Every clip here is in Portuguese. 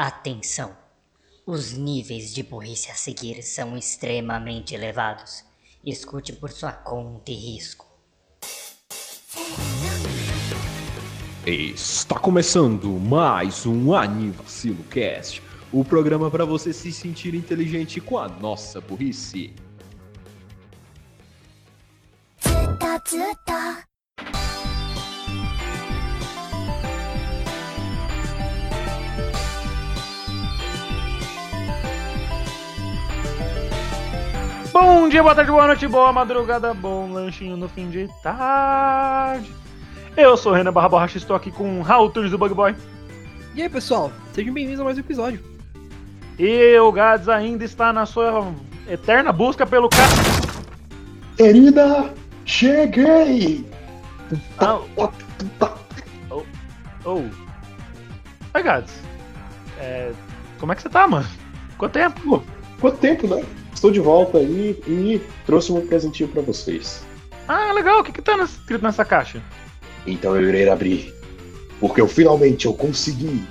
Atenção! Os níveis de burrice a seguir são extremamente elevados. Escute por sua conta e risco. Está começando mais um Anivacilo Cast, o programa para você se sentir inteligente com a nossa burrice. Bom dia, boa tarde, boa noite, boa madrugada, bom lanchinho no fim de tarde. Eu sou o Renan Barra Borracha, estou aqui com o Raul Tunes do Bug Boy. E aí, pessoal, sejam bem-vindos a mais um episódio. E o Gads ainda está na sua eterna busca pelo cara. Querida, cheguei! Oi, Gads. Como é que você tá, mano? Quanto tempo? Pô, quanto tempo, né? Estou de volta aí e trouxe um presentinho pra vocês. Ah, legal. O que tá escrito nessa caixa? Então eu irei abrir, porque eu consegui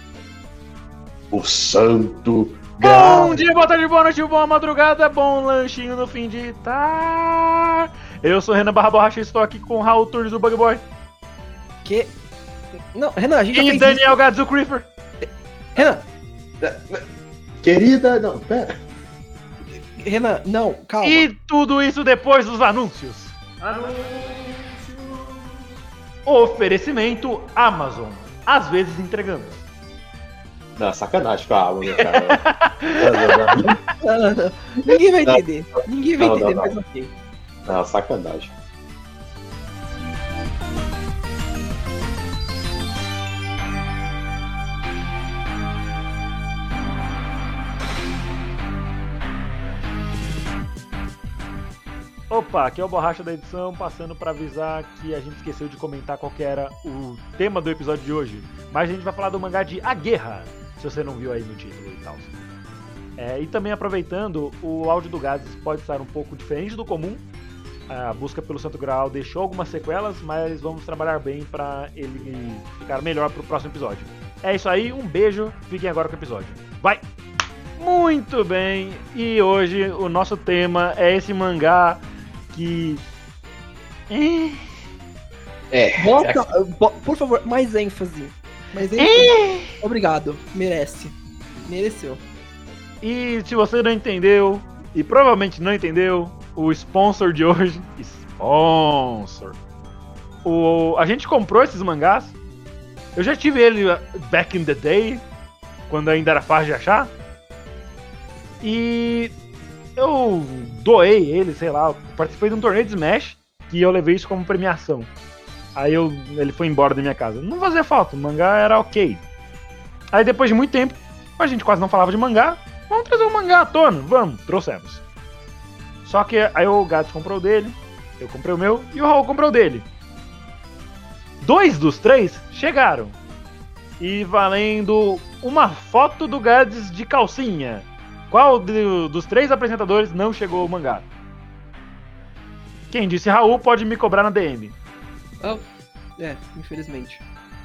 o Santo Graal. Bom dia, boa tarde, boa noite, boa madrugada, bom lanchinho no fim de tarde. Eu sou o Renan Barra Borracha e estou aqui com o Raul Tunes do Bug Boy. Que? Não, Renan, a gente já E fez Daniel Gads do Creeper. Renan, Querida, não, pera. Renan, não, calma. E tudo isso depois dos anúncios. Oferecimento Amazon. Às vezes entregamos. Não, sacanagem com a alma, meu cara. Não. Ninguém vai entender. Ninguém vai Não, entender, não. mas ok. Não, sacanagem. Opa, aqui é o Borracha da edição, passando para avisar que a gente esqueceu de comentar qual que era o tema do episódio de hoje. Mas a gente vai falar do mangá de A Guerra, se você não viu aí no título e tal. E também aproveitando, o áudio do Gads pode estar um pouco diferente do comum. A busca pelo Santo Graal deixou algumas sequelas, mas vamos trabalhar bem para ele ficar melhor para o próximo episódio. É isso aí, um beijo, fiquem agora com o episódio. Vai! Muito bem, e hoje o nosso tema é esse mangá que... Bota, por favor, mais ênfase. Obrigado, mereceu. E se você não entendeu, e provavelmente não entendeu, o sponsor de hoje... A gente comprou esses mangás. Eu já tive ele back in the day, quando ainda era fácil de achar. E eu doei ele, sei lá, participei de um torneio de Smash que eu levei isso como premiação. Aí ele foi embora da minha casa. Não fazia falta, o mangá era ok. Aí depois de muito tempo, a gente quase não falava de mangá. Vamos trazer um mangá à tona, vamos, trouxemos. Só que aí o Gato comprou o dele, eu comprei o meu e o Raul comprou o dele. 2 dos 3 chegaram. E valendo uma foto do Gads de calcinha. Qual dos 3 apresentadores não chegou o mangá? Quem disse Raul pode me cobrar na DM. Infelizmente.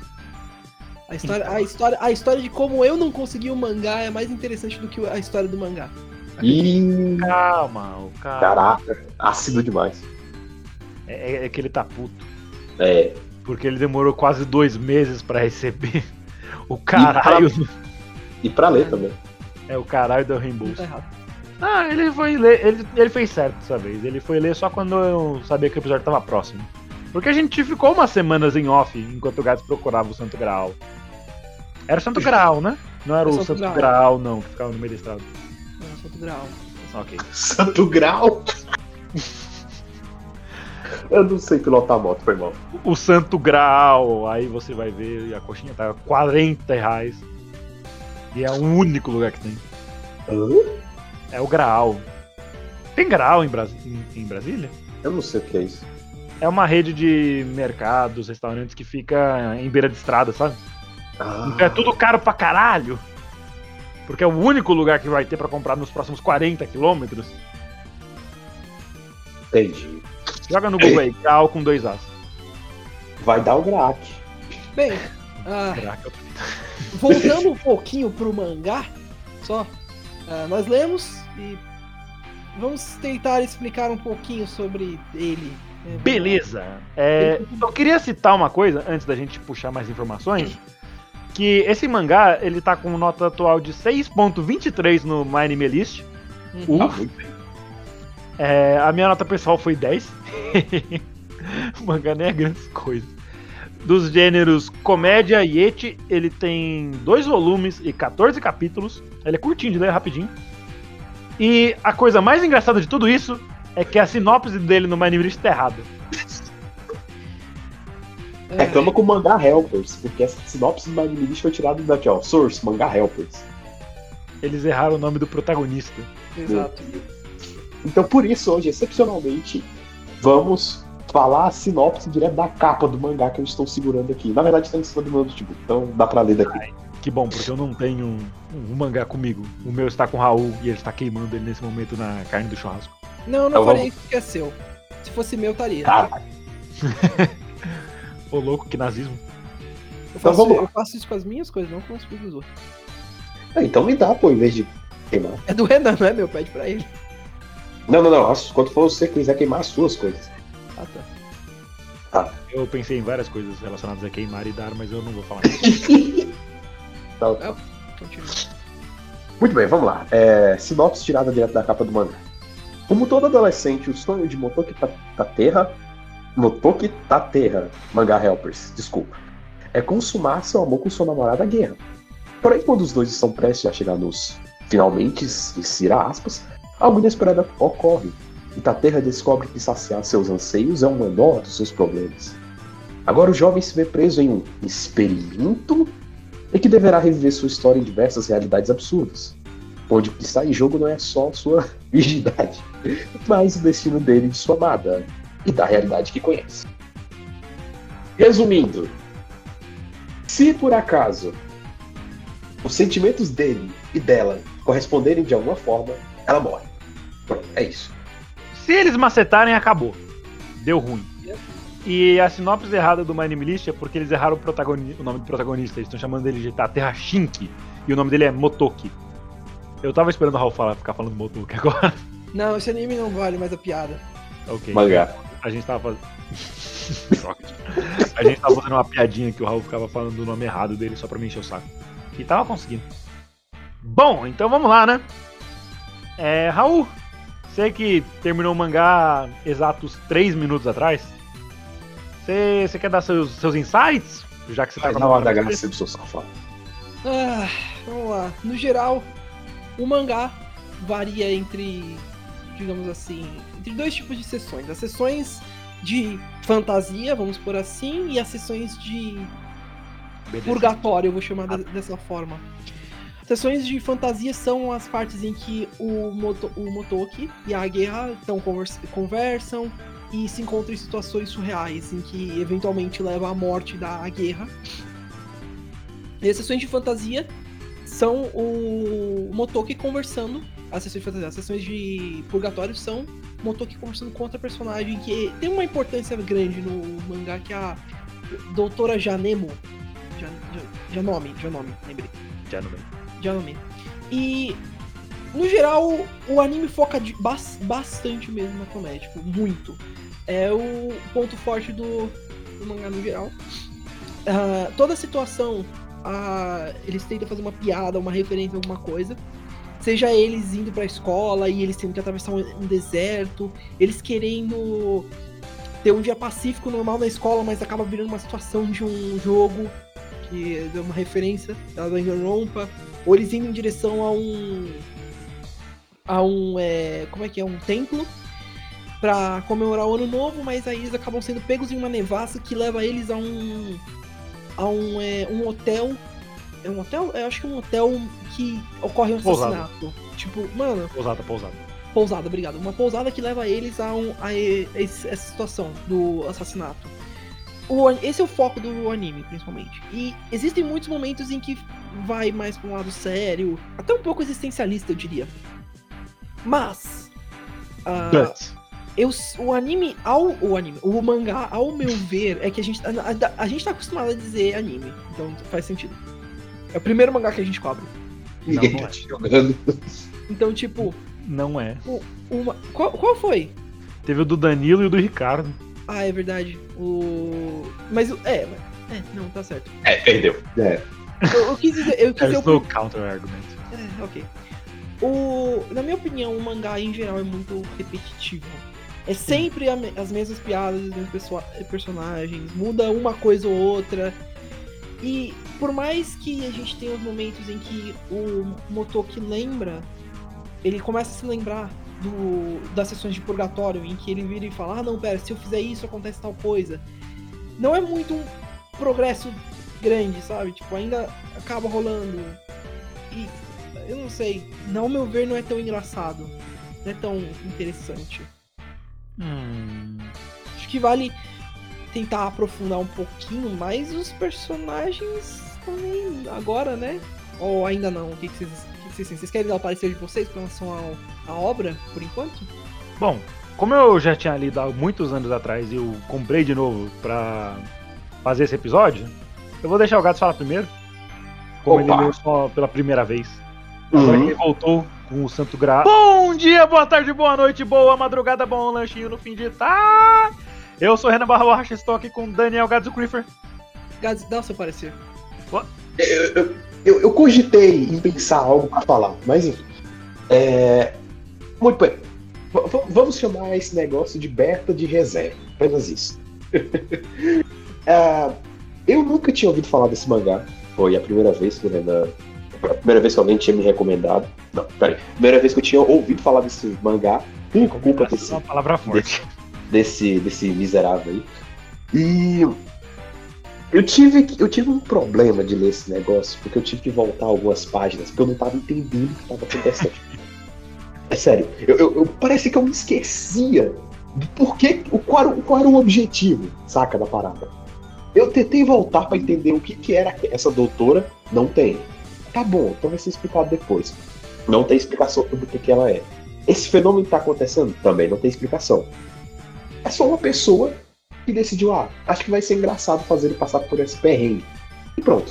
A história de como eu não consegui o mangá é mais interessante do que a história do mangá. Ih, Calma. caraca, ácido demais. É que ele tá puto. Porque ele demorou quase 2 meses pra receber o caralho. E pra ler também. É o caralho do Não reembolso. tá errado. Ele foi ler, ele fez certo dessa vez. Ele foi ler só quando eu sabia que o episódio tava próximo. Porque a gente ficou umas semanas em off enquanto o Gato procurava o Santo Graal. Era o Santo Graal, né? Não era o Santo Graal, não, que ficava no meio da estrada. Não, Santo Graal. Ok. Santo Graal? Eu não sei pilotar moto, foi mal. O Santo Graal, aí você vai ver, a coxinha tá R$40. E é o único lugar que tem. É o Graal. Tem Graal em Brasília? Eu não sei o que é isso. É uma rede de mercados, restaurantes que fica em beira de estrada, sabe? Então é tudo caro pra caralho. Porque é o único lugar que vai ter pra comprar nos próximos 40 quilômetros. Entendi. Joga no Google aí, Graal com 2 As. Vai dar o Graak. Bem, Graak é outra fita. voltando um pouquinho pro mangá, só, nós lemos e vamos tentar explicar um pouquinho sobre ele. Beleza. Eu queria citar uma coisa, antes da gente puxar mais informações, que esse mangá, ele tá com nota atual de 6.23 no My Anime List. A minha nota pessoal foi 10. O mangá nem é grandes coisas. Dos gêneros comédia e ecchi, ele tem 2 volumes e 14 capítulos. Ele é curtinho de ler, rapidinho. E a coisa mais engraçada de tudo isso é que a sinopse dele no My Anime List tá errada. Reclama com o Mangá Helpers, porque essa sinopse do My Anime List foi tirada daqui, ó. Source, Mangá Helpers. Eles erraram o nome do protagonista. Exato. Então, por isso, hoje, excepcionalmente, vamos falar a sinopse direto da capa do mangá que eu estou segurando aqui. Na verdade, está em cima do meu notebook, então dá pra ler daqui. Que bom, porque eu não tenho um mangá comigo. O meu está com o Raul e ele está queimando ele nesse momento na carne do churrasco. Não, eu não falei isso que é seu. Se fosse meu, estaria. Ô louco, que nazismo. Eu faço isso com as minhas coisas, não com as coisas dos outros. Então me dá, pô, em vez de queimar. É do Renan, não é meu? Pede pra ele. Não. Quando for você quiser queimar as suas coisas. Ah, tá. Eu pensei em várias coisas relacionadas a queimar e dar, mas eu não vou falar. Continua. Muito bem, vamos lá. Sinopse tirada direto da capa do mangá. Como todo adolescente, o sonho de Motoki Tateha, Mangá Helpers, desculpa, é consumar seu amor com sua namorada Guerra. Porém, quando os dois estão prestes a chegar nos finalmente, insira aspas, algo inesperado ocorre, e Tateha descobre que saciar seus anseios é o menor dos seus problemas. Agora o jovem se vê preso em um experimento e que deverá reviver sua história em diversas realidades absurdas, onde o que está em jogo não é só sua virgindade, mas o destino dele e de sua amada, e da realidade que conhece. Resumindo, se por acaso os sentimentos dele e dela corresponderem de alguma forma, ela morre. Pronto, é isso. Se eles macetarem, acabou. Deu ruim. E a sinopse errada do My Anime List é porque eles erraram o nome do protagonista. Eles estão chamando ele de Tateha Shinki. E o nome dele é Motoki. Eu tava esperando o Raul ficar falando Motoki agora. Não, esse anime não vale mais a piada. Ok. Mangá. A gente tava fazendo... A gente tava fazendo uma piadinha que o Raul ficava falando o nome errado dele só pra me encher o saco. E tava conseguindo. Bom, então vamos lá, né? Raul, você que terminou o mangá exatos 3 minutos atrás, você quer dar seus insights? Já que você tá com na hora da hora graça do seu safado. Vamos lá. No geral, o mangá varia entre, digamos assim, entre 2 tipos de sessões. As sessões de fantasia, vamos por assim, e as sessões de purgatório, eu vou chamar dessa forma. Sessões de fantasia são as partes em que o Motoki e a Guerra conversam e se encontram em situações surreais, em que eventualmente leva à morte da Guerra. E as sessões de fantasia são o Motoki conversando. As sessões de fantasia, as sessões de purgatório são o Motoki conversando com outra personagem que tem uma importância grande no mangá, que é a Doutora Janemo. Janome, lembrei. Janome. E, no geral, o anime foca bastante mesmo na comédia, tipo, muito. É o ponto forte do mangá no geral. Toda a situação, eles tentam fazer uma piada, uma referência a alguma coisa. Seja eles indo pra escola e eles tendo que atravessar um deserto, eles querendo ter um dia pacífico normal na escola, mas acaba virando uma situação de um jogo que deu uma referência da Danganronpa, ou eles indo em direção a um templo pra comemorar o ano novo, mas aí eles acabam sendo pegos em uma nevasca que leva eles a um hotel. É um hotel? Eu acho que é um hotel que ocorre um assassinato. Tipo, mano... Pousada, obrigado. Uma pousada que leva eles a essa situação do assassinato. Esse é o foco do anime, principalmente. E existem muitos momentos em que vai mais pra um lado sério, até um pouco existencialista, eu diria. Mas... o mangá, ao meu ver, é que a gente tá acostumado a dizer anime, então faz sentido. É o primeiro mangá que a gente cobre. Ninguém não tá é. te jogando. Então, tipo, Não é. qual foi? Teve o do Danilo e o do Ricardo. Ah, é verdade. Mas não, tá certo. Perdeu. Eu quis dizer There's o no counter-argument. ok. Na minha opinião, o mangá em geral é muito repetitivo. É sempre as mesmas piadas, os mesmos personagens, muda uma coisa ou outra. E por mais que a gente tenha os momentos em que o Motoki lembra, ele começa a se lembrar das sessões de purgatório, em que ele vira e fala, não, pera, se eu fizer isso acontece tal coisa. Não é muito um progresso grande, sabe? Tipo, ainda acaba rolando. E eu não sei, ao meu ver não é tão engraçado, não é tão interessante. Acho que vale tentar aprofundar um pouquinho mais os personagens também agora, né? Ou ainda não? O que vocês têm? Vocês querem dar o parecer de vocês com relação à obra, por enquanto? Bom, como eu já tinha lido há muitos anos atrás e eu comprei de novo pra fazer esse episódio, eu vou deixar o Gato falar primeiro. Como ele leu só pela primeira vez. Agora que ele voltou com o Santo Graal. Bom dia, boa tarde, boa noite, boa madrugada, bom lanchinho no fim de tarde. Eu sou Renan Barra, estou aqui com Daniel Gadzo Creeper. Gadzo, dá o seu parecer. Eu cogitei em pensar algo pra falar, mas enfim. Muito bem. Vamos chamar esse negócio de Berta de reserva. Apenas isso. Eu nunca tinha ouvido falar desse mangá. Foi a primeira vez que o Renan. A primeira vez que alguém tinha me recomendado. Não, peraí. Primeira vez que eu tinha ouvido falar desse mangá. Por culpa desse. Uma palavra forte. Desse miserável aí. E eu tive um problema de ler esse negócio, porque eu tive que voltar algumas páginas, porque eu não tava entendendo o que tava acontecendo. É sério, eu parecia que eu me esquecia do porquê, qual era o objetivo, saca, da parada. Eu tentei voltar pra entender o que era essa doutora, não tem. Tá bom, então vai ser explicado depois. Não tem explicação sobre o que ela é. Esse fenômeno que tá acontecendo, também não tem explicação. É só uma pessoa que decidiu, acho que vai ser engraçado fazer ele passar por esse perrengue. E pronto.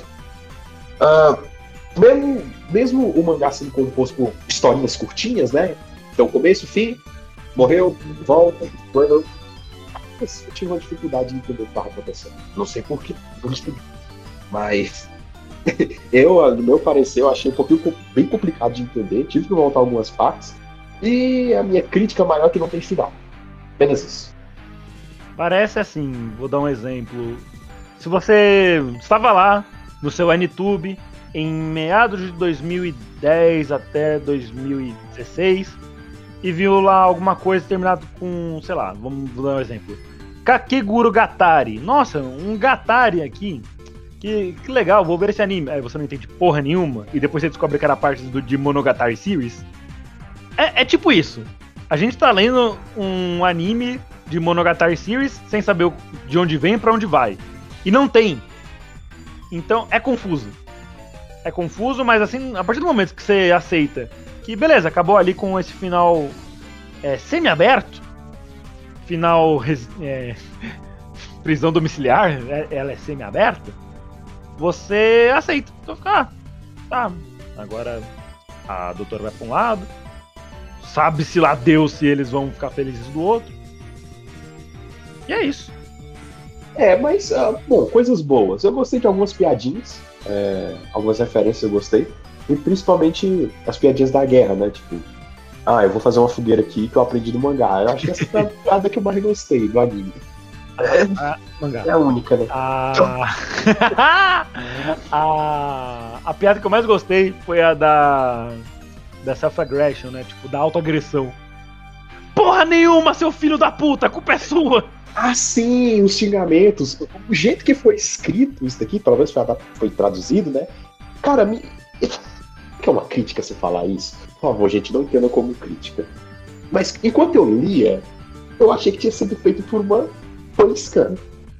Mesmo o mangá sendo composto por historinhas curtinhas, né? Então, começo, fim, morreu, volta, eu tive uma dificuldade de entender o que estava acontecendo. Não sei porquê, mas no meu parecer, eu achei um pouquinho bem complicado de entender. Tive que voltar algumas partes. E a minha crítica maior é que não tem final. Apenas isso. Parece assim, vou dar um exemplo. Se você estava lá no seu Anitube em meados de 2010 até 2016 e viu lá alguma coisa terminado com, sei lá, vou dar um exemplo. Kakeguru Gatari. Nossa, um Gatari aqui. Que legal, vou ver esse anime. Aí você não entende porra nenhuma e depois você descobre que era parte de Monogatari Series. É tipo isso. A gente tá lendo um anime de Monogatari Series sem saber de onde vem e pra onde vai. E não tem. Então é confuso. É confuso, mas assim, a partir do momento que você aceita que, beleza, acabou ali com esse final semi-aberto, final prisão domiciliar, ela é semi-aberta, você aceita. Então fica, tá, agora a doutora vai pra um lado, sabe-se lá Deus se eles vão ficar felizes do outro. E é isso. Mas, bom, coisas boas. Eu gostei de algumas piadinhas, algumas referências eu gostei. E principalmente as piadinhas da guerra, né? Tipo, eu vou fazer uma fogueira aqui que eu aprendi do mangá. Eu acho que essa foi a piada que eu mais gostei do anime. Mangá. É a única, né? A piada que eu mais gostei foi a da self-aggression, né? Tipo, da autoagressão. Porra nenhuma, seu filho da puta, a culpa é sua! Sim, os xingamentos. O jeito que foi escrito isso daqui, pelo menos foi traduzido, né? Cara, que é uma crítica você falar isso? Por favor, gente, não entenda como crítica. Mas enquanto eu lia, eu achei que tinha sido feito por uma fanscan.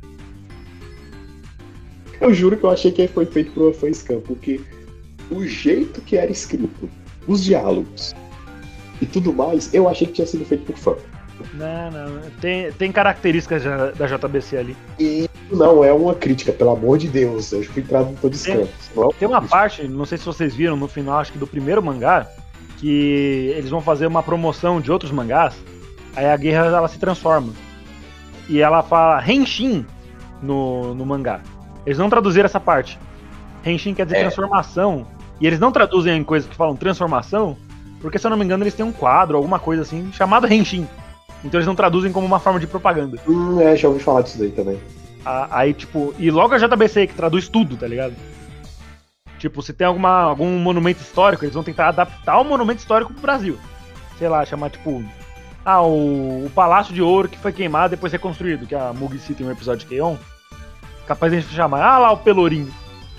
Eu juro que eu achei que foi feito por uma fanscan, porque o jeito que era escrito, os diálogos e tudo mais, eu achei que tinha sido feito por fã. Não, tem características da JBC ali. E Não, é uma crítica, pelo amor de Deus. Eu fui tradutor de descanso. Tem uma parte, não sei se vocês viram no final, acho que do primeiro mangá, que eles vão fazer uma promoção de outros mangás, aí a guerra ela se transforma. E ela fala Henshin no mangá. Eles não traduziram essa parte. Henshin quer dizer transformação. E eles não traduzem em coisas que falam transformação, porque se eu não me engano eles têm um quadro, alguma coisa assim, chamado Henshin. Então eles não traduzem como uma forma de propaganda. Já ouvi falar disso daí também. Aí, tipo, e logo a JBC que traduz tudo, tá ligado? Tipo, se tem algum monumento histórico, eles vão tentar adaptar o monumento histórico pro Brasil. Sei lá, chamar tipo... o Palácio de Ouro que foi queimado e depois reconstruído, que a Mugi cita em um episódio de Keion. Capaz de a gente chamar, lá o Pelourinho.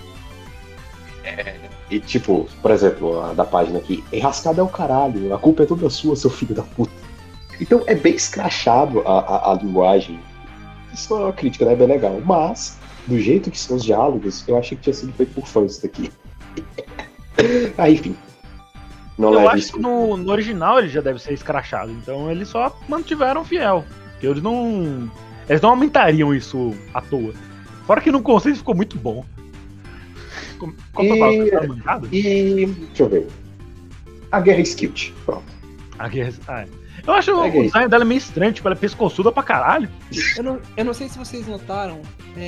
E tipo, por exemplo, a da página aqui, enrascada é o caralho, a culpa é toda sua, seu filho da puta. Então é bem escrachado a linguagem. Isso é uma crítica, né? É bem legal. Mas, do jeito que são os diálogos, eu achei que tinha sido feito por fãs isso daqui. Enfim. Não eu leve acho isso. que no original ele já deve ser escrachado, então eles só mantiveram fiel. Porque eles não aumentariam isso à toa. Fora que no conceito ficou muito bom. Qual que é a mancada? Deixa eu ver. A guerra Skilt, pronto. A guerra... Eu acho o design dela meio estranho, tipo, ela é pescoçuda pra caralho. Eu não sei se vocês notaram,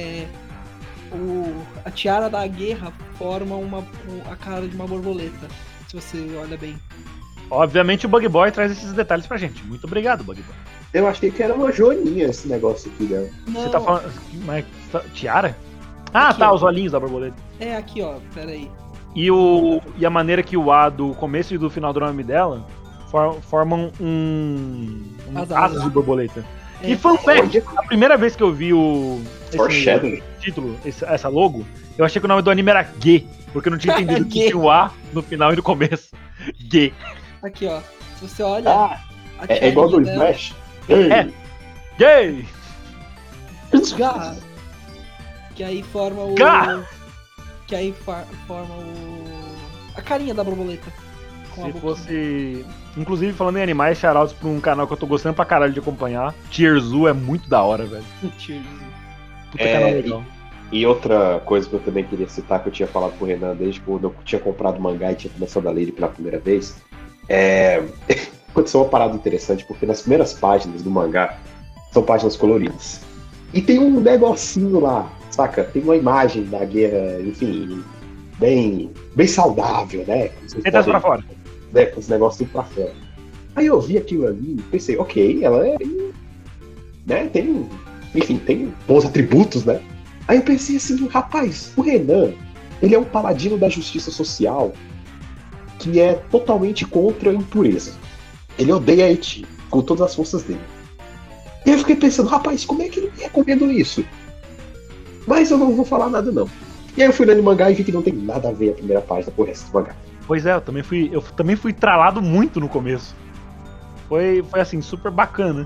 a tiara da guerra forma a cara de uma borboleta, se você olha bem. Obviamente o Bug Boy traz esses detalhes pra gente. Muito obrigado, Bug Boy. Eu achei que era uma joaninha esse negócio aqui dela. Não. Você tá falando... Mas, tiara? Aqui, os olhinhos da borboleta. É, aqui, ó, peraí. E a maneira que o A do começo e do final do nome dela formam asas de borboleta. E fun fact, a primeira vez que eu vi esse título, essa logo, eu achei que o nome do anime era G, porque eu não tinha entendido que tinha o A no final e no começo. G. Aqui, ó. Se você olha... é igual do Smash? Gay! Gá! Que aí forma o... Gá! Que aí forma a carinha da borboleta. Se fosse... Inclusive, falando em animais, shoutouts pra um canal que eu tô gostando pra caralho de acompanhar. Tierzu é muito da hora, velho. Puta canal legal. E outra coisa que eu também queria citar, que eu tinha falado pro Renan desde quando eu tinha comprado mangá e tinha começado a ler ele pela primeira vez, aconteceu uma parada interessante, porque nas primeiras páginas do mangá são páginas coloridas. E tem um negocinho lá, saca? Tem uma imagem da guerra, enfim, bem saudável, né? Deita pra fora. Né, com os negócios tudo pra fora. Aí eu vi aquilo ali e pensei, ok, ela tem bons atributos, né? Aí eu pensei assim, rapaz, o Renan, ele é um paladino da justiça social que é totalmente contra a impureza. Ele odeia a Eti com todas as forças dele. E aí eu fiquei pensando, rapaz, como é que ele recomenda isso? Mas eu não vou falar nada não. E aí eu fui lendo o mangá e vi que não tem nada a ver a primeira página com o resto do mangá. Pois é, eu também fui tralado muito no começo. Foi assim, super bacana.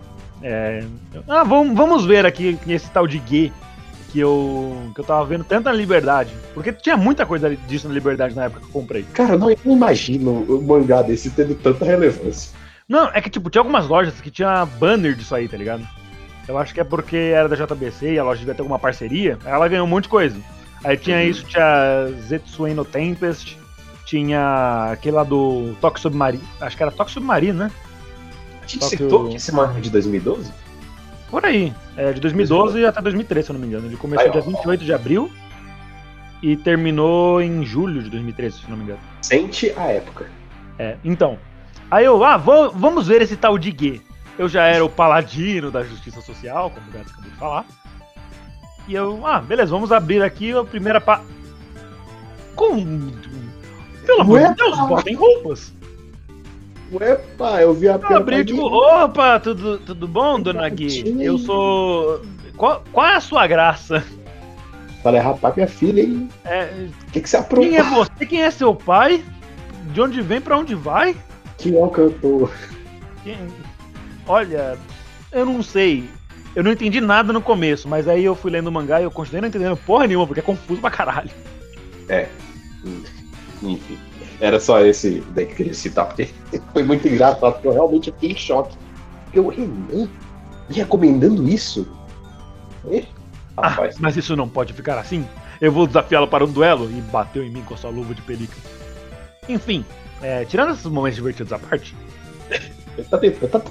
Vamos ver aqui esse tal de G que eu tava vendo tanto na Liberdade. Porque tinha muita coisa disso na Liberdade na época que eu comprei. Cara, eu não imagino um mangá desse tendo tanta relevância. Não, é que tipo, tinha algumas lojas que tinha banner disso aí, tá ligado? Eu acho que é porque era da JBC e a loja devia ter alguma parceria. Aí ela ganhou um monte de coisa. Aí tinha isso, tinha Zetsuen no Tempest, tinha aquele lá do Toque Submarino. Acho que era Toque Submarino, né? A gente citou que esse mangá é de 2012? Por aí. De 2012 até 2013, se eu não me engano. Ele começou dia 28 de abril e terminou em julho de 2013, se eu não me engano. Sente a época. Então. Aí vamos ver esse tal de G. Eu já era o paladino da justiça social, como o Gato acabou de falar. E beleza, vamos abrir aqui a primeira Pelo amor de Deus, botem roupas. Uepa, eu vi a Eu abri tipo, opa, tudo bom, dona Gui? Eu sou... Qual é a sua graça? Falei, rapaz, minha filha, hein? O que você aprontou? Quem é você? Quem é seu pai? De onde vem, pra onde vai? Quem é o cantor? Olha, eu não sei. Eu não entendi nada no começo, mas aí eu fui lendo o mangá e eu continuei não entendendo porra nenhuma, porque é confuso pra caralho. Enfim. Era só esse daí que eu queria citar, porque foi muito engraçado, porque eu realmente fiquei em choque. Porque o Renan me recomendando isso? Rapaz, Mas isso não pode ficar assim. Eu vou desafiá-lo para um duelo e bateu em mim com a sua luva de pelica. Enfim, tirando esses momentos divertidos à parte, eu tô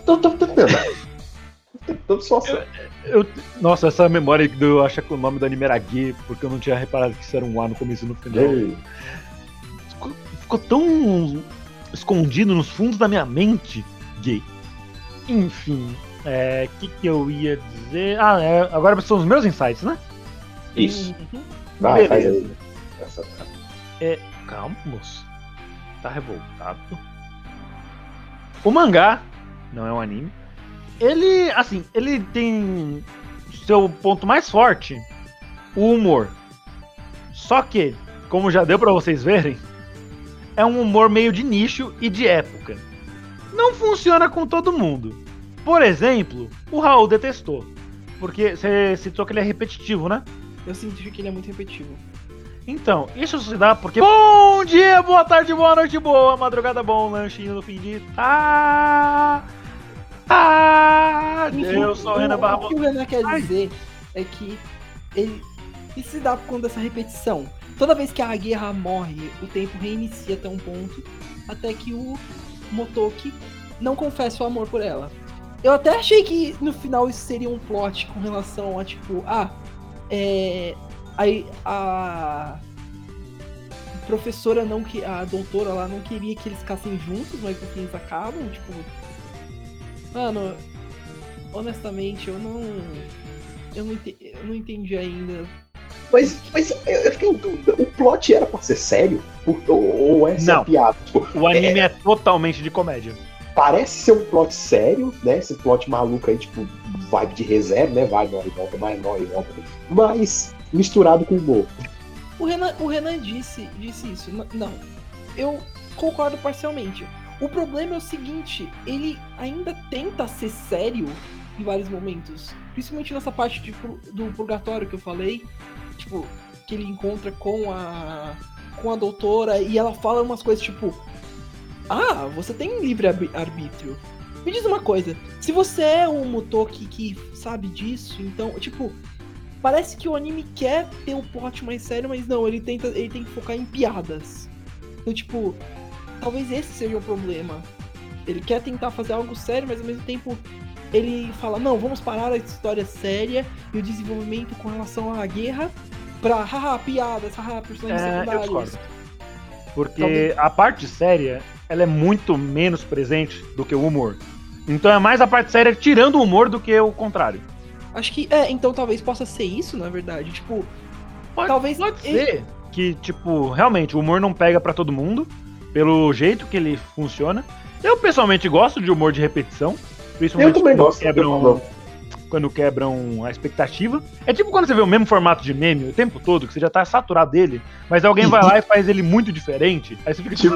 tentando só. nossa, essa memória de eu achar que o nome do anime era G, porque eu não tinha reparado que isso era um A no começo e no final. Ficou tão escondido nos fundos da minha mente, gay. Enfim, que eu ia dizer? Agora são os meus insights, né? Isso. Uhum. Vai, faz Beleza. aí. Calma, moço. Tá revoltado. O mangá, não é um anime, ele tem seu ponto mais forte, o humor. Só que, como já deu pra vocês verem, é um humor meio de nicho e de época. Não funciona com todo mundo. Por exemplo, o Raul detestou. Porque você citou que ele é repetitivo, né? Eu senti que ele é muito repetitivo. Então, isso se dá porque... Bom dia, boa tarde, boa noite, boa madrugada, bom lanchinho no fim de... Eu sou o Renan O que Barbosa. o Renan quer dizer é que isso se dá por conta dessa repetição. Toda vez que a guerra morre, o tempo reinicia até um ponto, até que o Motoki não confessa o amor por ela. Eu até achei que no final isso seria um plot com relação a tipo, aí a professora não que a doutora lá não queria que eles ficassem juntos, mas no fim eles acabam, tipo, mano, honestamente eu não entendi ainda. Mas eu fiquei em dúvida. O plot era pra ser sério? Ou essa é Não. a piada? Tipo, O anime é totalmente de comédia. parece ser um plot sério, né? Esse plot maluco aí, tipo, vibe de reserva, né? Vai, não, e volta, vai, não, e volta. Mas misturado com humor. O Renan disse isso. Não, eu concordo parcialmente. O problema é o seguinte, ele ainda tenta ser sério em vários momentos. Principalmente nessa parte do purgatório que eu falei. Tipo, que ele encontra com a doutora e ela fala umas coisas tipo... você tem livre-arbítrio. Me diz uma coisa, se você é um Motoki que sabe disso, então, tipo... Parece que o anime quer ter um plot mais sério, mas não, ele tem que focar em piadas. Então, tipo, talvez esse seja o problema. Ele quer tentar fazer algo sério, mas ao mesmo tempo ele fala, não, vamos parar a história séria e o desenvolvimento com relação à guerra pra, piadas, personagens Eu secundários. discordo. Porque Talvez. a parte séria, ela é muito menos presente do que o humor. Então é mais a parte séria tirando o humor do que o contrário. Acho que, então talvez possa ser isso, na verdade. Tipo, Pode ser que, tipo, realmente o humor não pega pra todo mundo, pelo jeito que ele funciona. Eu pessoalmente gosto de humor de repetição, principalmente Eu também gosto. quando quebram a expectativa. É tipo quando você vê o mesmo formato de meme o tempo todo, que você já tá saturado dele, mas alguém vai lá e faz ele muito diferente, aí você fica tipo...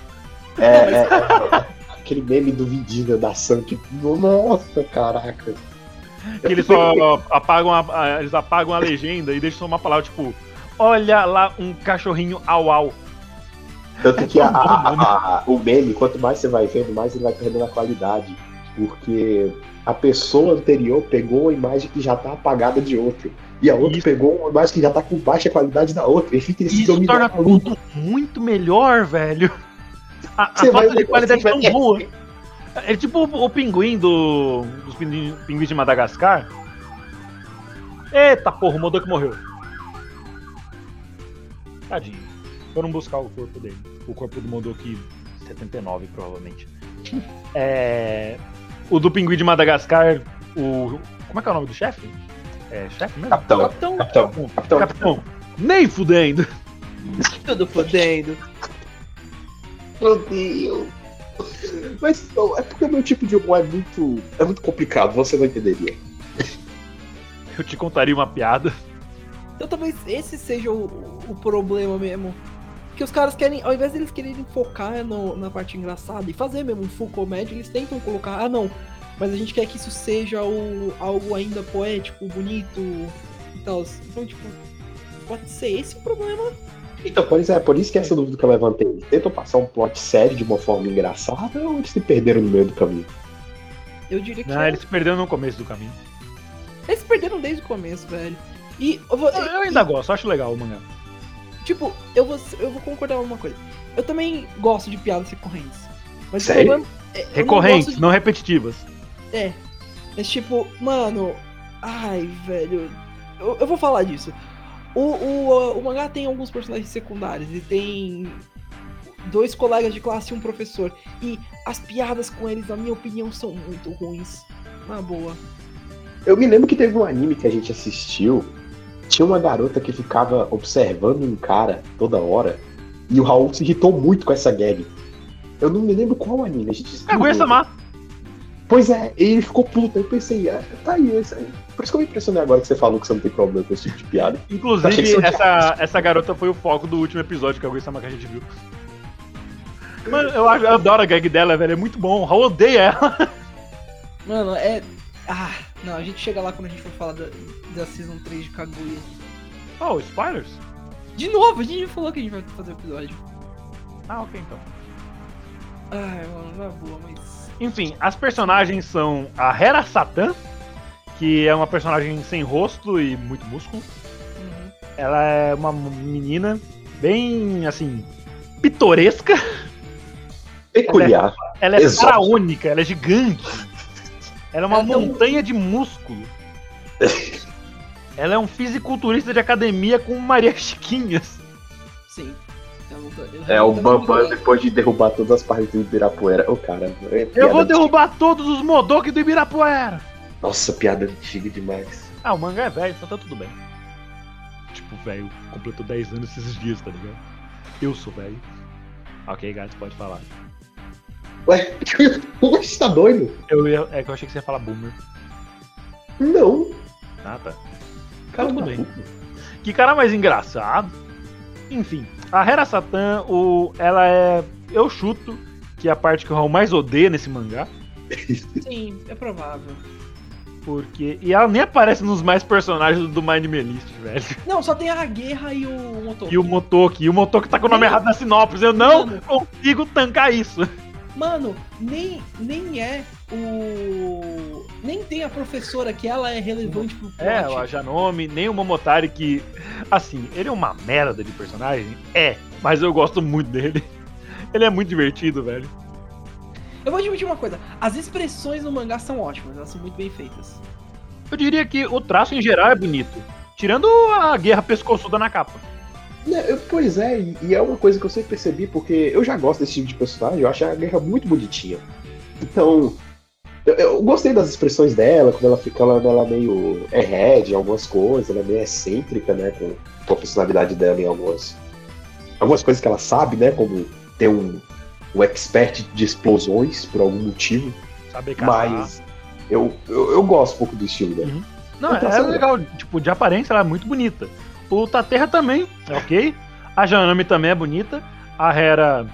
Aquele meme do Vidinha da Sam, tipo, nossa, caraca. Que eles só apagam a legenda e deixam só uma palavra, tipo, olha lá um cachorrinho au. Tanto que o meme, quanto mais você vai vendo, mais ele vai perdendo a qualidade. Porque a pessoa anterior pegou uma imagem que já tá apagada de outra. E a outra pegou uma imagem que já tá com baixa qualidade da outra. E fica esse Isso torna tudo muito melhor, velho. A falta de qualidade tão boa. É tipo o pinguim dos pinguins de Madagascar. Eita porra, o Modok morreu. Tadinho. Foram buscar o corpo dele. O corpo do Modok 79, provavelmente. O do pinguim de Madagascar, como é que é o nome do chefe? É chefe mesmo? Capitão. Nem fudendo. Tudo fodendo. Meu Deus. Mas não, é porque o meu tipo de humor é muito complicado, você não entenderia. Eu te contaria uma piada. Então talvez esse seja o problema mesmo. Que os caras querem, ao invés deles quererem focar na parte engraçada e fazer mesmo um full comédia, eles tentam colocar, não, mas a gente quer que isso seja algo ainda poético, bonito e tal. Então, tipo, pode ser esse o problema. Então, por isso que essa dúvida que eu levantei. Eles tentam passar um plot sério de uma forma engraçada ou eles se perderam no meio do caminho? Eu diria que Não, eles se perderam no começo do caminho. eles se perderam desde o começo, velho. E Eu ainda gosto, acho legal o mangá. tipo, eu vou concordar com uma coisa. Eu também gosto de piadas recorrentes. Mas Sério? o problema eu não Recorrentes, gosto de- não repetitivas. É. Mas tipo, mano. Ai, velho. Eu vou falar disso. O mangá tem alguns personagens secundários. E tem 2 colegas de classe e um professor. E as piadas com eles, na minha opinião, são muito ruins. Na boa. Eu me lembro que teve um anime que a gente assistiu. Tinha uma garota que ficava observando um cara toda hora. E o Raul se irritou muito com essa gag. Eu não me lembro qual anime. A gente Kaguya-sama. Pois é, e ele ficou puto. Eu pensei, tá aí, isso aí. Por isso que eu me impressionei agora que você falou que você não tem problema com esse tipo de piada. Achei que Inclusive, você essa garota foi o foco do último episódio que Kaguya-sama que a gente viu. Mano, eu adoro a gag dela, velho. É muito bom. O Raul odeia ela. Mano, não, a gente chega lá quando a gente for falar da Season 3 de Kaguya. Oh, spoilers? De novo, a gente já falou que a gente vai fazer o episódio. Ah, ok, então. Ai, mano, não é boa, mas. Enfim, as personagens são a Hera Satan, que é uma personagem sem rosto e muito músculo. Uhum. Ela é uma menina bem, assim, pitoresca. Peculiar. Ela é Exótica. faraônica, ela é gigante. Ela é uma Ela tem um- montanha de músculo. Ela é um fisiculturista de academia com Maria Chiquinhas. Sim. É o Bambam depois de derrubar todas as partes do Ibirapuera. Ô, cara. Eu vou derrubar todos os Modok do Ibirapuera. Nossa, piada antiga demais. Ah, o mangá é velho, então tá tudo bem. Tipo, velho, completou 10 anos esses dias, tá ligado? Eu sou velho. Ok, gato, pode falar. Ué, você tá doido? É que eu achei que você ia falar boomer. Não. Ah, tá. Cara, Tudo tá bem. maluco. Que cara mais engraçado. Enfim, a Hera Satan, ela é... Eu chuto que é a parte que o Raul mais odeia nesse mangá. Sim, é provável. Porque... E ela nem aparece nos mais personagens do Mind Melist, velho. Não, só tem a guerra e o motor. E o Motoki. E o Motoki tá com o nome errado na sinopse. Eu não Mano. consigo tancar isso. Mano, nem é o. Nem tem a professora que ela é relevante pro plot. É, a Janome, nem o Momotari que... Assim, ele é uma merda de personagem? É, mas eu gosto muito dele. Ele é muito divertido, velho. Eu vou admitir uma coisa: as expressões no mangá são ótimas, elas são muito bem feitas. Eu diria que o traço em geral é bonito. Tirando a guerra pescoçuda na capa. Pois é, e é uma coisa que eu sempre percebi, porque eu já gosto desse tipo de personagem, eu acho a guerra muito bonitinha. Então, eu gostei das expressões dela, como ela fica, ela é meio head em algumas coisas, ela é meio excêntrica, né, com a personalidade dela em algumas coisas que ela sabe, né, como ter um expert de explosões, por algum motivo, Saber caçar. mas eu gosto um pouco do estilo dela. Não, Então, é sabe? legal. Tipo, de aparência ela é muito bonita. O Taterra também, ok? A Janami também é bonita. A Hera...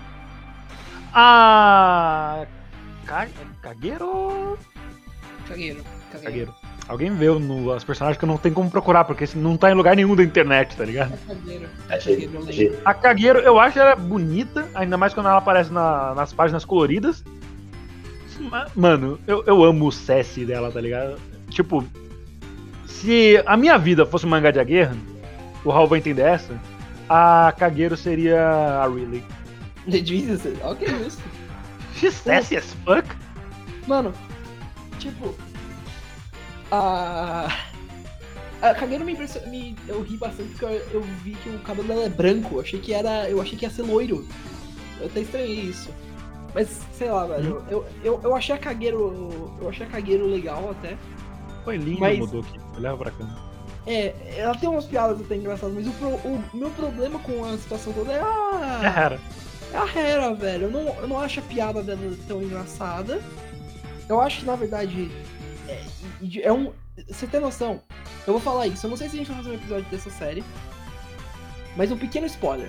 A... Kageiro? Kageiro. Alguém viu as personagens que eu não tenho como procurar, porque não tá em lugar nenhum da internet, tá ligado? Kageiro. A Kageiro, eu acho ela bonita, ainda mais quando ela aparece nas páginas coloridas. Mano, eu amo o Sassy dela, tá ligado? Tipo, se a minha vida fosse um mangá de guerra, o Raul vai entender essa, a Kageiro seria a Riley. Jesus, ok, isso. She's sassy as fuck. Mano, tipo. A Kageiro me impressionou. Eu ri bastante porque eu vi que o cabelo dela é branco. Eu achei que ia ser loiro. Eu até estranhei isso. Mas, sei lá, velho. Eu achei a Kageiro. Eu achei a Kageiro legal até. Foi lindo, Mas- mudou aqui. Leva pra cá. Ela tem umas piadas até engraçadas, mas o meu problema com a situação toda é a Hera, velho. Eu não acho a piada dela tão engraçada. Eu acho que, na verdade, você tem noção? Eu vou falar isso. Eu não sei se a gente vai fazer um episódio dessa série, mas um pequeno spoiler.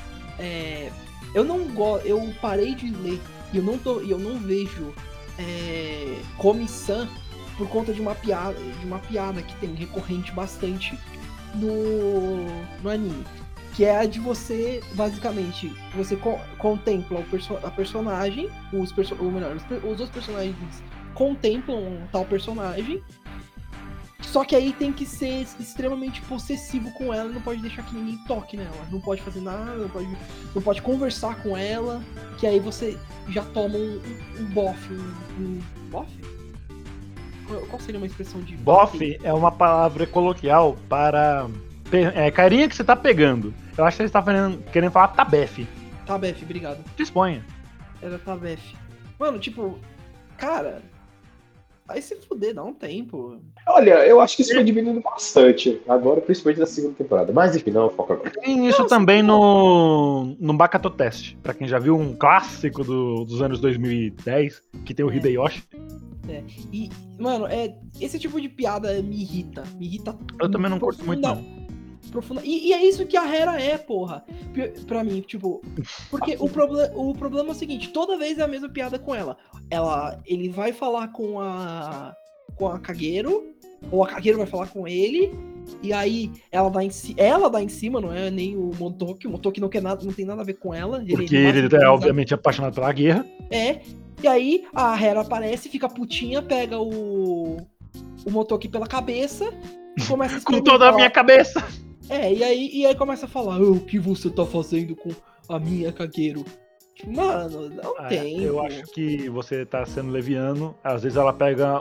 Eu parei de ler e eu não vejo Komi-san por conta de uma piada que tem recorrente bastante no anime. Que é a de você, basicamente, você contempla a personagem, os outros personagens contemplam tal personagem, Só que aí tem que ser extremamente possessivo com ela, não pode deixar que ninguém toque nela, não pode fazer nada, não pode conversar com ela, que aí você já toma um bofe, um bofe? Qual seria uma expressão de Bofe é uma palavra coloquial para carinha que você tá pegando. Eu acho que você tá querendo falar tabefe. Tabef, obrigado. Disponha. Era Tabef. Mano, tipo, cara, vai se fuder, dá um tempo. Olha, eu acho que isso foi diminuindo bastante. Agora, principalmente na segunda temporada. Mas enfim, não, foco agora. Tem isso também no Bakato Test. Pra quem já viu um clássico dos anos 2010, que tem o Hideyoshi. E, mano, esse tipo de piada me irrita. Me irrita. Eu também não curto muito, não. Profunda. E é isso que a Hera é, porra. Pra mim, tipo. Porque o problema é o seguinte: toda vez é a mesma piada com ela. Ele vai falar com a Kagero, ou a Kagero vai falar com ele. E aí ela dá em cima, não é nem o Motoki. O Motoki não tem nada a ver com ela. Porque ele é obviamente apaixonado pela guerra. E aí a Hera aparece, fica putinha, pega o Motoki pela cabeça e começa a com toda a minha cabeça. E aí começa a falar: o que você tá fazendo com a minha Kagero? Tipo, mano, não tem. Eu acho que você tá sendo leviano. Às vezes ela pega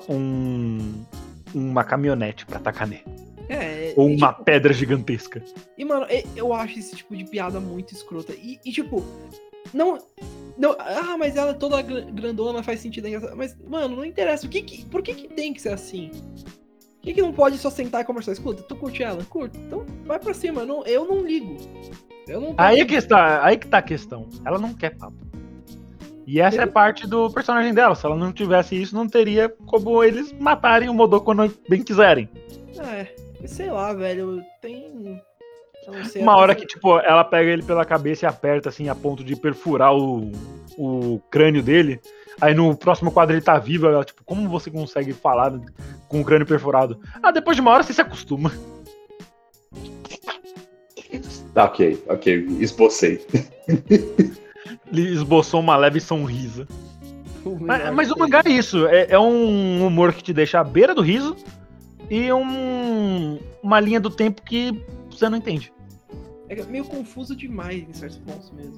uma caminhonete pra tacar nele. Ou uma pedra gigantesca. E, mano, eu acho esse tipo de piada muito escrota. E tipo, não. Mas ela é toda grandona, faz sentido. Mas, mano, não interessa. Por que tem que ser assim? Por que não pode só sentar e conversar? Escuta, tu curte ela? Curto. Então vai pra cima. Eu não ligo. Aí que tá a questão. Ela não quer papo. E essa é parte do personagem dela. Se ela não tivesse isso, não teria como eles matarem o Modok quando bem quiserem. Sei lá, velho. Tem... Uma hora que, tipo, ela pega ele pela cabeça e aperta, assim, a ponto de perfurar o crânio dele. Aí no próximo quadro ele tá vivo. Ela, tipo, como você consegue falar com o crânio perfurado? Depois de uma hora você se acostuma. Ok. Esbocei. Ele esboçou uma leve sonrisa. Mas o mangá é isso. É um humor que te deixa à beira do riso. E uma linha do tempo que você não entende. É meio confuso demais em certos pontos mesmo.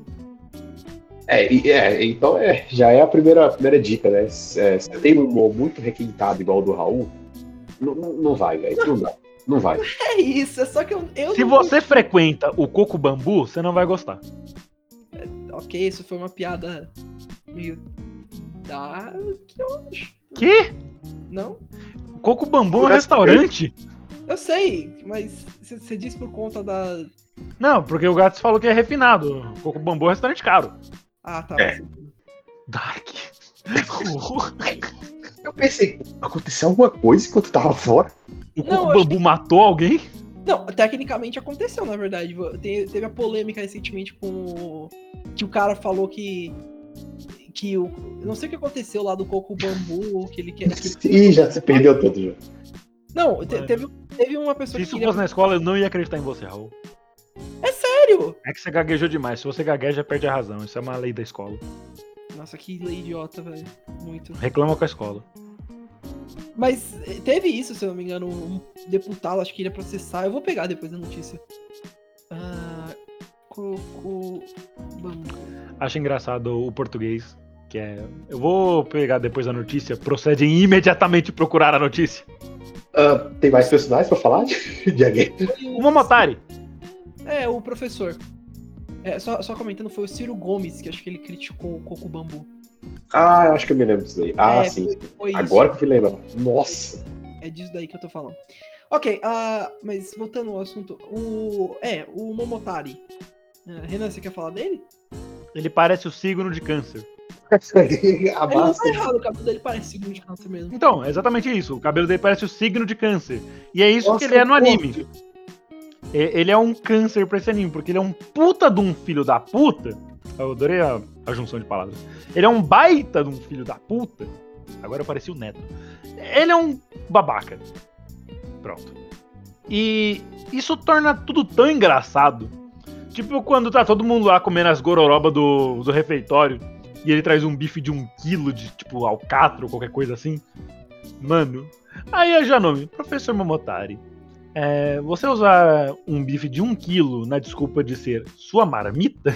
Então já é a primeira dica, né? Você tem um humor muito requintado igual o do Raul, não vai, velho. Não vai. É isso, é só que eu Se você frequenta o Coco Bambu, você não vai gostar. Ok, isso foi uma piada meio dark, eu acho. Que? Não? Coco Bambu é um restaurante? Eu sei, mas você disse por conta da... Não, porque o Gats falou que é refinado. Coco Bambu é um restaurante caro. Tá. Dark. Eu pensei, aconteceu alguma coisa enquanto tava fora? O Coco Bambu matou alguém? Não, tecnicamente aconteceu, na verdade. Teve a polêmica recentemente com que o cara falou que eu não sei o que aconteceu lá do Coco Bambu, que ele quer... Ih, já se perdeu todo já. Não, teve uma pessoa Se que isso fosse na escola, eu não ia acreditar em você, Raul. É sério? É que você gaguejou demais. Se você gagueja, perde a razão. Isso é uma lei da escola. Nossa, que lei idiota, velho. Muito. Reclama com a escola. Mas teve isso, se eu não me engano, um deputado, acho que iria processar. Eu vou pegar depois a notícia. Coco Bambu. Acho engraçado o português, que é... Eu vou pegar depois a notícia. Procedem imediatamente procurar a notícia. Tem mais personagens pra falar de alguém? O Momotari. O professor. Só comentando, foi o Ciro Gomes, que acho que ele criticou o Coco Bambu. Eu acho que eu me lembro disso daí. Sim. Foi agora que eu me lembro. Nossa. É disso daí que eu tô falando. Ok, mas voltando ao assunto. O Momotari. Renan, você quer falar dele? Ele parece o signo de câncer. Ele não tá errado, o cabelo dele parece signo de câncer mesmo. Então, é exatamente isso. O cabelo dele parece o signo de câncer. E é isso que ele é no anime. Ele é um câncer pra esse anime, porque ele é um puta de um filho da puta. Eu adorei a junção de palavras. Ele é um baita de um filho da puta. Agora eu pareci o Neto. Ele é um babaca. Pronto. E isso torna tudo tão engraçado. Tipo quando tá todo mundo lá comendo as gororobas do refeitório e ele traz um bife de 1 quilo de, tipo, alcatra ou qualquer coisa assim. Mano, Aí a Janome, professor Momotari, você usar um bife de 1 quilo na desculpa de ser sua marmita,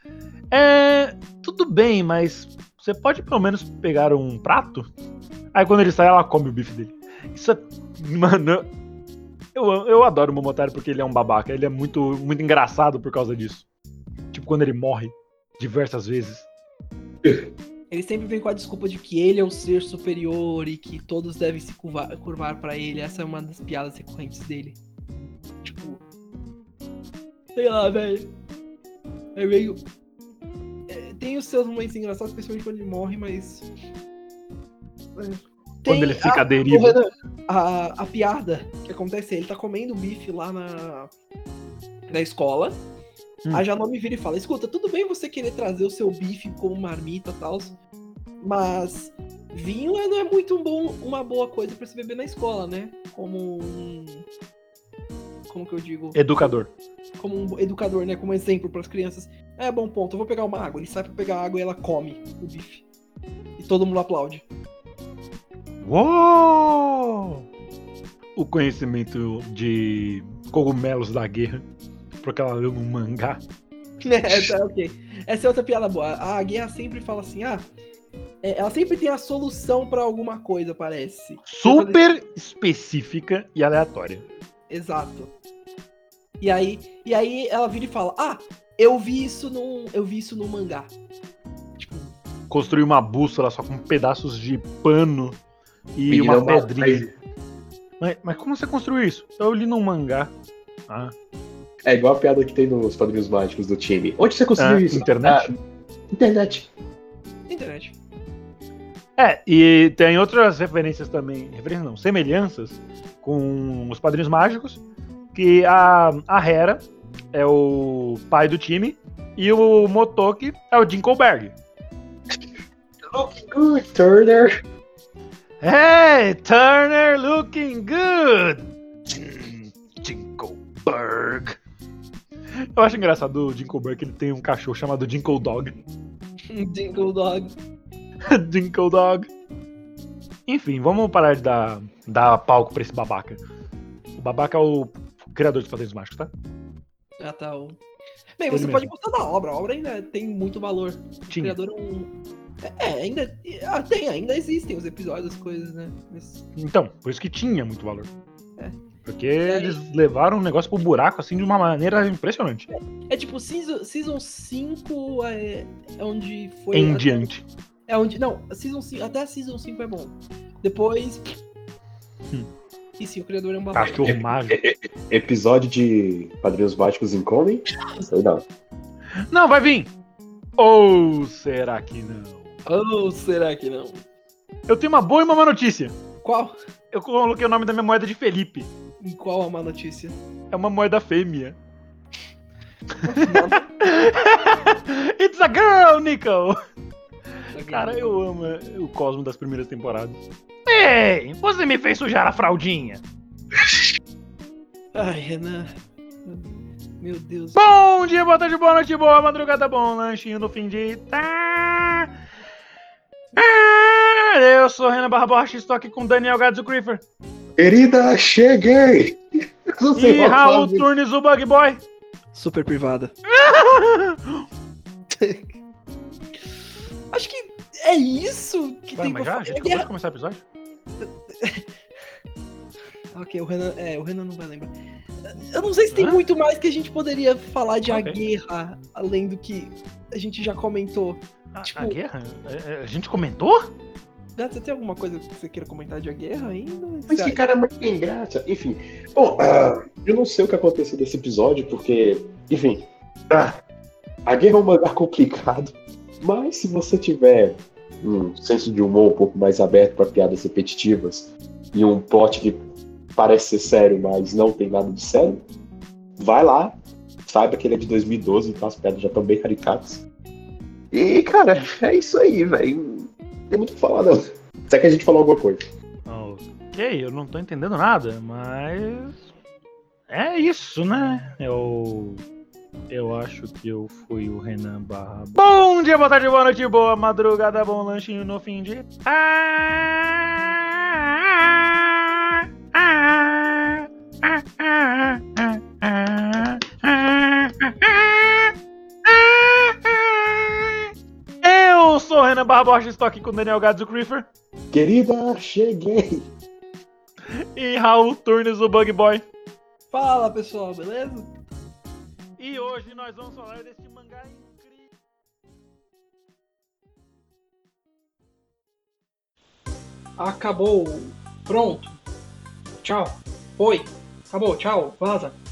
tudo bem, mas você pode pelo menos pegar um prato? Aí quando ele sai, ela come o bife dele. Isso é... Mano, eu adoro o Momotari porque ele é um babaca. Ele é muito, muito engraçado por causa disso. Tipo, quando ele morre diversas vezes. Ele sempre vem com a desculpa de que ele é o ser superior e que todos devem se curvar pra ele. Essa é uma das piadas recorrentes dele. Tipo... Sei lá, velho. É meio... tem os seus momentos engraçados, principalmente quando ele morre, mas... Quando ele fica à deriva. A piada que acontece é, ele tá comendo bife lá na escola. A Janome vira e fala, escuta, tudo bem você querer trazer o seu bife como marmita e tal, mas vinho não é muito uma boa coisa pra se beber na escola, né? Como que eu digo? Educador. Como um educador, né? Como exemplo pras crianças. Bom ponto, eu vou pegar uma água. Ele sai pra pegar água e ela come o bife. E todo mundo aplaude. Uou! O conhecimento de cogumelos da guerra, porque ela leu num mangá. Tá, ok. Essa é outra piada boa. A guerra sempre fala assim, ela sempre tem a solução pra alguma coisa, parece. Super específica e aleatória. Exato. E aí ela vira e fala, eu vi isso no mangá. Tipo, construir uma bússola só com pedaços de pano e uma pedrinha. Mas como você construiu isso? Eu li num mangá. É igual a piada que tem nos Padrinhos Mágicos do time. Onde você conseguiu isso? Internet? Internet. E tem outras referências também. Referências não, semelhanças com os Padrinhos Mágicos. Que a Hera é o pai do time e o Motoki é o Dinkelberg. Looking good, Turner. Hey, Turner, looking good. Dinkelberg. Eu acho engraçado o Dinkelberg que ele tem um cachorro chamado Dinkel Dog. Dinkel Dog. Dinkel Dog. Enfim, vamos parar de dar palco pra esse babaca. O babaca é o criador dos Padrinhos Mágicos, tá? Tá. Bem, você pode gostar da obra. A obra ainda tem muito valor. O criador é um... ainda existem os episódios, as coisas, né? Então, por isso que tinha muito valor. Porque eles levaram o negócio pro buraco, assim, de uma maneira impressionante. É tipo, Season 5 é onde foi... Em diante. É onde... Não, Season 5, até a Season 5 é bom. Depois... E sim, o criador é um babaca. Cachorro mágico. Episódio de Padrinhos Mágicos Incoming? Sei não. Não, vai vir! Ou será que não? Eu tenho uma boa e uma má notícia. Qual? Eu coloquei o nome da minha moeda de Felipe. E qual a má notícia? É uma moeda fêmea. It's a girl, Nico! Cara, eu amo o Cosmo das primeiras temporadas. Ei, você me fez sujar a fraldinha. Ai, Renan. Meu Deus. Bom dia, boa tarde, boa noite, boa madrugada, bom lanchinho no fim de... Eu sou o Renan Barbosa e estou aqui com Daniel Gadzo Creeper. Querida, cheguei! E Raul Turnes, o Bug Boy. Super privada. Acho que é isso que tem mas pra já? A gente acabou de começar o episódio? Ok, o Renan não vai lembrar. Eu não sei se tem muito mais que a gente poderia falar de A Guerra, além do que a gente já comentou. A Guerra? A gente comentou? Você tem alguma coisa que você queira comentar de A Guerra ainda? Mas que cara muito sem graça. Enfim. Bom, eu não sei o que aconteceu nesse episódio, porque, enfim. A Guerra é um mangá complicado. Mas se você tiver um senso de humor um pouco mais aberto para piadas repetitivas e um plot que parece ser sério, mas não tem nada de sério, vai lá. Saiba que ele é de 2012, então as piadas já estão bem caricatas. E, cara, é isso aí, velho. Não tem muito o que falar, não. Será que a gente falou alguma coisa? Ok, eu não tô entendendo nada, mas... É isso, né? Eu acho que eu fui o Renan Barra. Bom dia, boa tarde, boa noite, boa madrugada, bom lanchinho no fim de... Eu sou o Renan Barbosa, estou aqui com o Daniel Gadzo Creeper Querida, cheguei! e Raul Turnes, o Bug Boy. Fala pessoal, beleza? E hoje nós vamos falar desse mangá incrível. Acabou. Pronto. Tchau. Oi. Acabou. Tchau. Vaza.